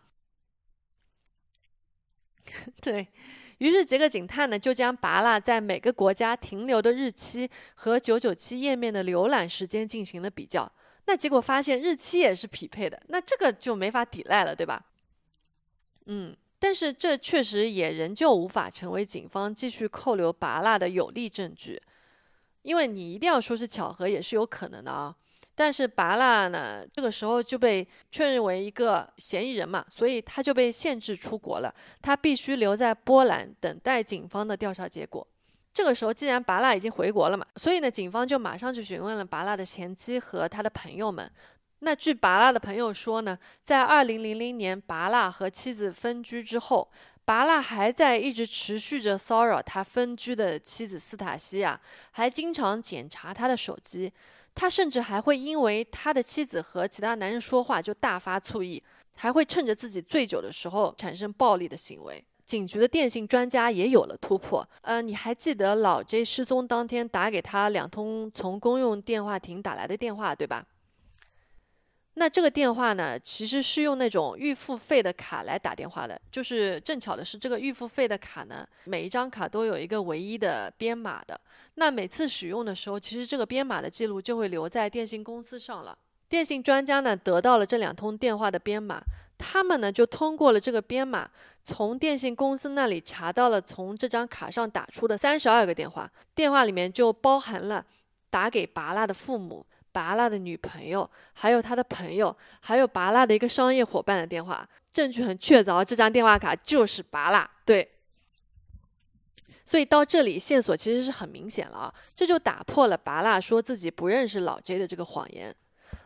对。于是杰克警探呢，就将拔蜡在每个国家停留的日期和九九七页面的浏览时间进行了比较。那结果发现日期也是匹配的，那这个就没法抵赖了，对吧？嗯，但是这确实也仍旧无法成为警方继续扣留拔蜡的有力证据。因为你一定要说是巧合，也是有可能的啊。但是拔蜡呢，这个时候就被确认为一个嫌疑人嘛，所以他就被限制出国了，他必须留在波兰等待警方的调查结果。这个时候，既然拔蜡已经回国了嘛，所以呢，警方就马上去询问了拔蜡的前妻和他的朋友们。那据拔蜡的朋友说呢，在二零零零年拔蜡和妻子分居之后，拔蜡还在一直持续着骚扰他分居的妻子斯塔西亚，还经常检查他的手机。他甚至还会因为他的妻子和其他男人说话就大发醋意，还会趁着自己醉酒的时候产生暴力的行为。警局的电信专家也有了突破。呃，你还记得老 J 失踪当天打给他两通从公用电话亭打来的电话，对吧？那这个电话呢，其实是用那种预付费的卡来打电话的。就是正巧的是，这个预付费的卡呢，每一张卡都有一个唯一的编码的。那每次使用的时候，其实这个编码的记录就会留在电信公司上了。电信专家呢，得到了这两通电话的编码，他们呢就通过了这个编码，从电信公司那里查到了从这张卡上打出的三十二个电话，电话里面就包含了打给拔蜡的父母、拔蜡的女朋友，还有他的朋友，还有拔蜡的一个商业伙伴的电话。证据很确凿，这张电话卡就是拔蜡。对。所以到这里线索其实是很明显了啊，这就打破了拔蜡说自己不认识老 J 的这个谎言。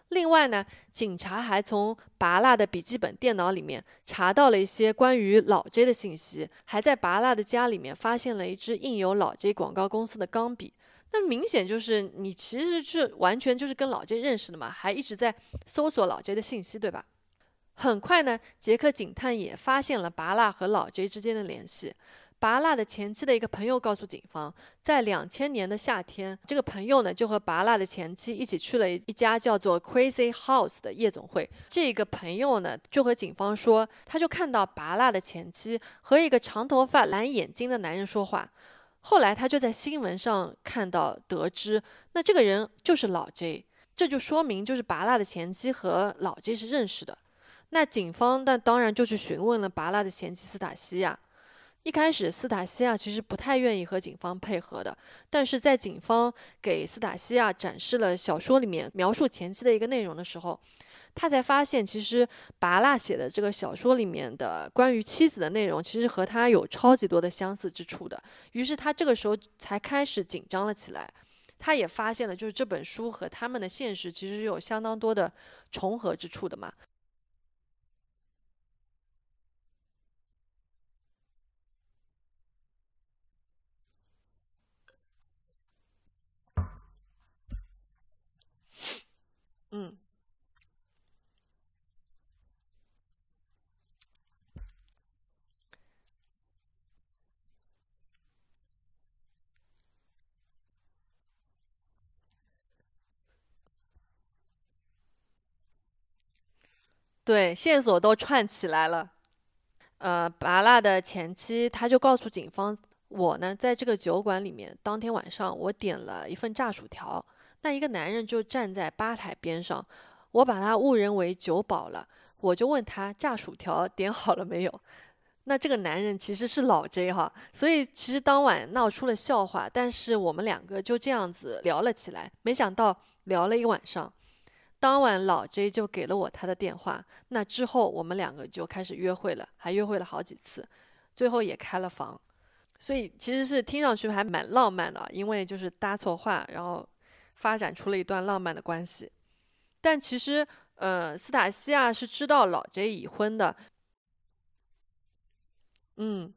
另外呢，警察还从拔蜡的笔记本电脑里面查到了一些关于老 J 的信息，还在拔蜡的家里面发现了一支印有老 J 广告公司的钢笔。那明显就是你其实是完全就是跟老 J 认识的嘛，还一直在搜索老 J 的信息，对吧？很快呢，杰克警探也发现了拔蜡和老 J 之间的联系。拔蜡的前妻的一个朋友告诉警方，在两千年的夏天，这个朋友呢就和拔蜡的前妻一起去了一家叫做 Crazy House 的夜总会。这个朋友呢就和警方说，他就看到拔蜡的前妻和一个长头发、蓝眼睛的男人说话。后来他就在新闻上看到得知，那这个人就是老 J， 这就说明就是拔蜡的前妻和老 J 是认识的。那警方那当然就去询问了拔蜡的前妻斯塔西亚。一开始，斯塔西亚其实不太愿意和警方配合的，但是在警方给斯塔西亚展示了小说里面描述前妻的一个内容的时候，他才发现，其实拔蜡写的这个小说里面的关于妻子的内容，其实和他有超级多的相似之处的。于是他这个时候才开始紧张了起来。他也发现了，就是这本书和他们的现实其实有相当多的重合之处的嘛。嗯。对，线索都串起来了。呃，拔蜡的前妻他就告诉警方，我呢在这个酒馆里面，当天晚上我点了一份炸薯条，那一个男人就站在吧台边上，我把他误认为酒保了，我就问他炸薯条点好了没有。那这个男人其实是老 J 哈，所以其实当晚闹出了笑话，但是我们两个就这样子聊了起来，没想到聊了一晚上。当晚老 J 就给了我他的电话，那之后我们两个就开始约会了，还约会了好几次，最后也开了房。所以其实是听上去还蛮浪漫的，因为就是搭错话，然后发展出了一段浪漫的关系。但其实，呃，斯塔西亚是知道老 J 已婚的。嗯。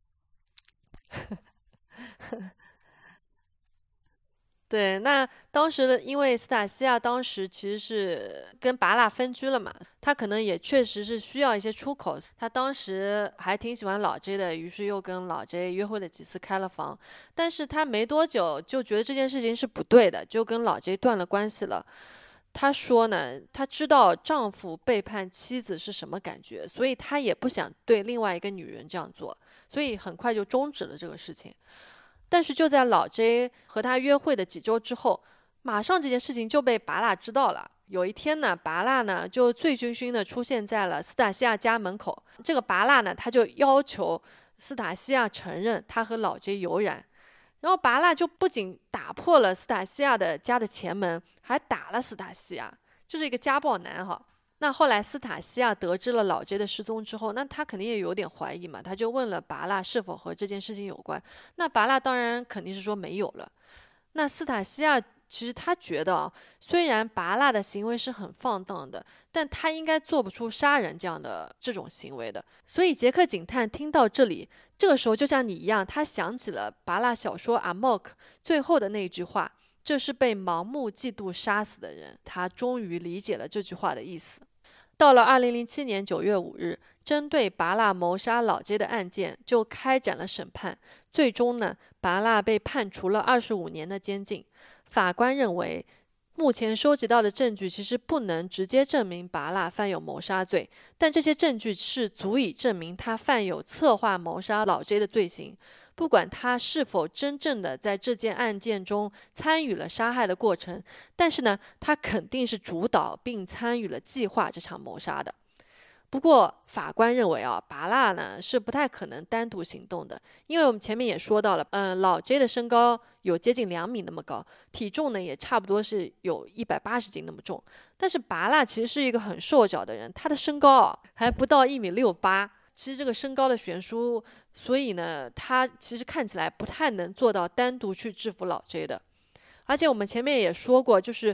对，那当时的，因为斯塔西亚当时其实是跟拔蜡分居了嘛，他可能也确实是需要一些出口。他当时还挺喜欢老 J 的，于是又跟老 J 约会了几次，开了房。但是他没多久就觉得这件事情是不对的，就跟老 J 断了关系了。他说呢，他知道丈夫背叛妻子是什么感觉，所以他也不想对另外一个女人这样做，所以很快就终止了这个事情。但是就在老 J 和他约会的几周之后，马上这件事情就被拔蜡知道了。有一天呢，拔蜡呢就醉醺醺的出现在了斯塔西亚家门口。这个拔蜡呢，他就要求斯塔西亚承认他和老 J 有染。然后拔蜡就不仅打破了斯塔西亚的家的前门，还打了斯塔西亚，就是一个家暴男哈。那后来斯塔西亚得知了老 J 的失踪之后，那他肯定也有点怀疑嘛，他就问了拔蜡是否和这件事情有关。那拔蜡当然肯定是说没有了。那斯塔西亚其实他觉得啊，虽然拔蜡的行为是很放荡的，但他应该做不出杀人这样的这种行为的。所以杰克警探听到这里，这个时候就像你一样，他想起了拔蜡小说《阿莫克》最后的那句话：“这是被盲目嫉妒杀死的人。”他终于理解了这句话的意思。到了二零零七年九月五日，针对拔蜡谋杀老 J 的案件就开展了审判。最终呢，拔蜡被判处了二十五年的监禁。法官认为，目前收集到的证据其实不能直接证明拔蜡犯有谋杀罪，但这些证据是足以证明他犯有策划谋杀老 J 的罪行。不管他是否真正的在这件案件中参与了杀害的过程，但是呢，他肯定是主导并参与了计划这场谋杀的。不过，法官认为啊，拔蜡呢是不太可能单独行动的，因为我们前面也说到了，嗯，老 J 的身高有接近两米那么高，体重呢也差不多是有一百八十斤那么重，但是拔蜡其实是一个很瘦小的人，他的身高啊还不到一米六八，其实这个身高的悬殊，所以呢，他其实看起来不太能做到单独去制服老 J 的。而且我们前面也说过，就是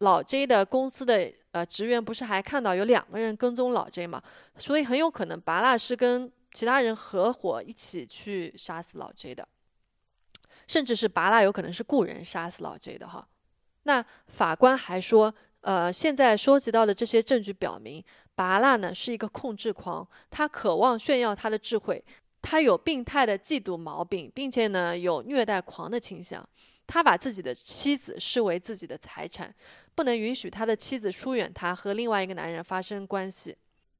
老 J 的公司的呃职员不是还看到有两个人跟踪老 J 嘛，所以很有可能拔蜡是跟其他人合伙一起去杀死老 J 的，甚至是拔蜡有可能是雇人杀死老 J 的哈。那法官还说，呃，现在收集到的这些证据表明，拔蜡呢是一个控制狂，他渴望炫耀他的智慧，他有病态的嫉妒毛病，并且呢有虐待狂的倾向。他把自己的妻子视为自己的财产，不能允许他的妻子疏远他，和另外一个男人发生关系。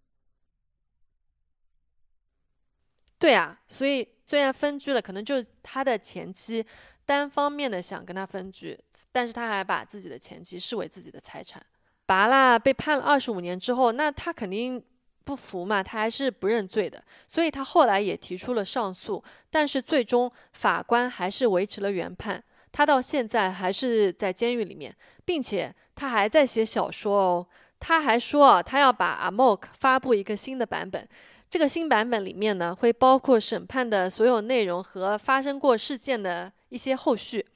对啊，所以虽然分居了，可能就是他的前妻单方面的想跟他分居，但是他还把自己的前妻视为自己的财产。拔蜡被判了二十五年之后，那他肯定不服嘛，他还是不认罪的，所以他后来也提出了上诉，但是最终法官还是维持了原判。他到现在还是在监狱里面，并且他还在写小说哦。他还说啊，他要把 Amok 发布一个新的版本，这个新版本里面呢，会包括审判的所有内容和发生过事件的一些后续。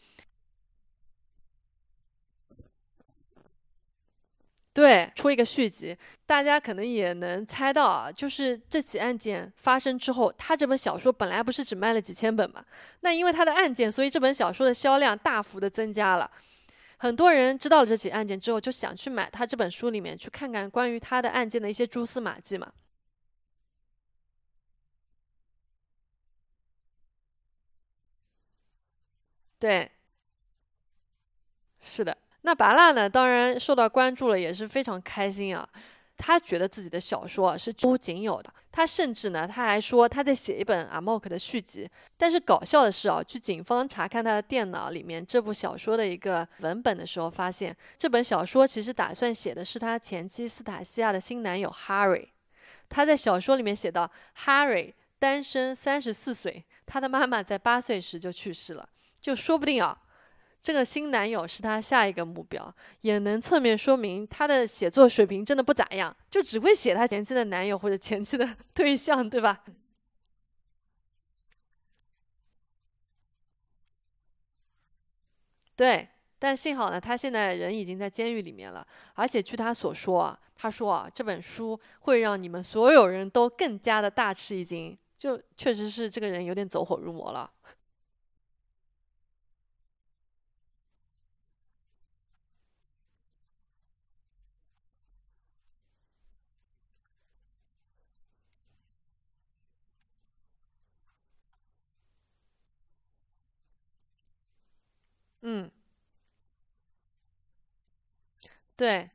对，出一个续集，大家可能也能猜到啊，就是这起案件发生之后，他这本小说本来不是只卖了几千本嘛，那因为他的案件，所以这本小说的销量大幅的增加了。很多人知道了这起案件之后，就想去买他这本书里面去看看关于他的案件的一些蛛丝马迹嘛。对，是的。那拔蜡呢，当然受到关注了，也是非常开心啊。他觉得自己的小说啊是几乎仅有的，他甚至呢，他还说他在写一本阿莫克的续集。但是搞笑的是啊，据警方查看他的电脑里面这部小说的一个文本的时候，发现这本小说其实打算写的是他前妻斯塔西亚的新男友 Harry。他在小说里面写到，Harry 单身三十四岁，他的妈妈在八岁时就去世了，就说不定啊。这个新男友是他下一个目标，也能侧面说明他的写作水平真的不咋样，就只会写他前妻的男友或者前妻的对象，对吧？对，但幸好呢，他现在人已经在监狱里面了，而且据他所说啊，他说啊，这本书会让你们所有人都更加的大吃一惊，就确实是这个人有点走火入魔了。嗯，对。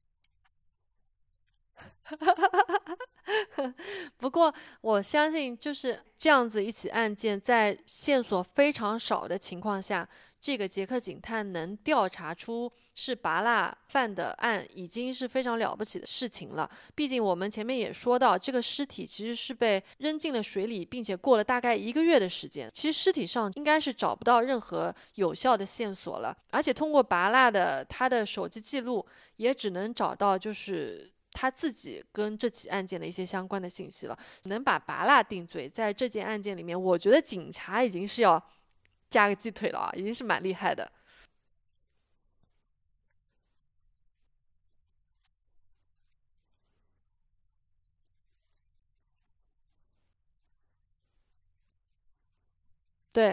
不过我相信，就是这样子一起案件，在线索非常少的情况下，这个杰克警探能调查出是拔蜡犯的案，已经是非常了不起的事情了。毕竟我们前面也说到，这个尸体其实是被扔进了水里，并且过了大概一个月的时间。其实尸体上应该是找不到任何有效的线索了，而且通过拔蜡的他的手机记录，也只能找到就是他自己跟这起案件的一些相关的信息了。能把拔蜡定罪，在这件案件里面，我觉得警察已经是要加个鸡腿了啊，已经是蛮厉害的。对，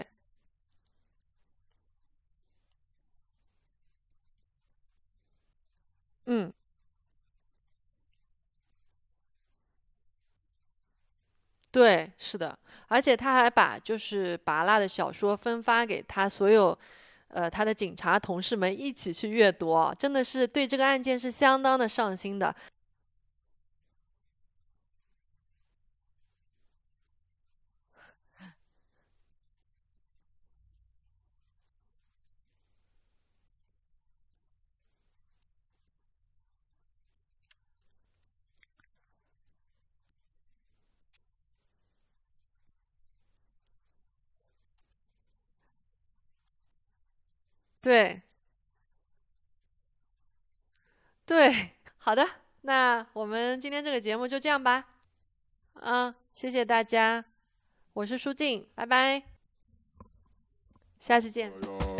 嗯，对，是的，而且他还把就是拔蜡的小说分发给他所有，呃，他的警察同事们一起去阅读啊，真的是对这个案件是相当的上心的。对，对，好的，那我们今天这个节目就这样吧。嗯，谢谢大家，我是舒静，拜拜，下期见。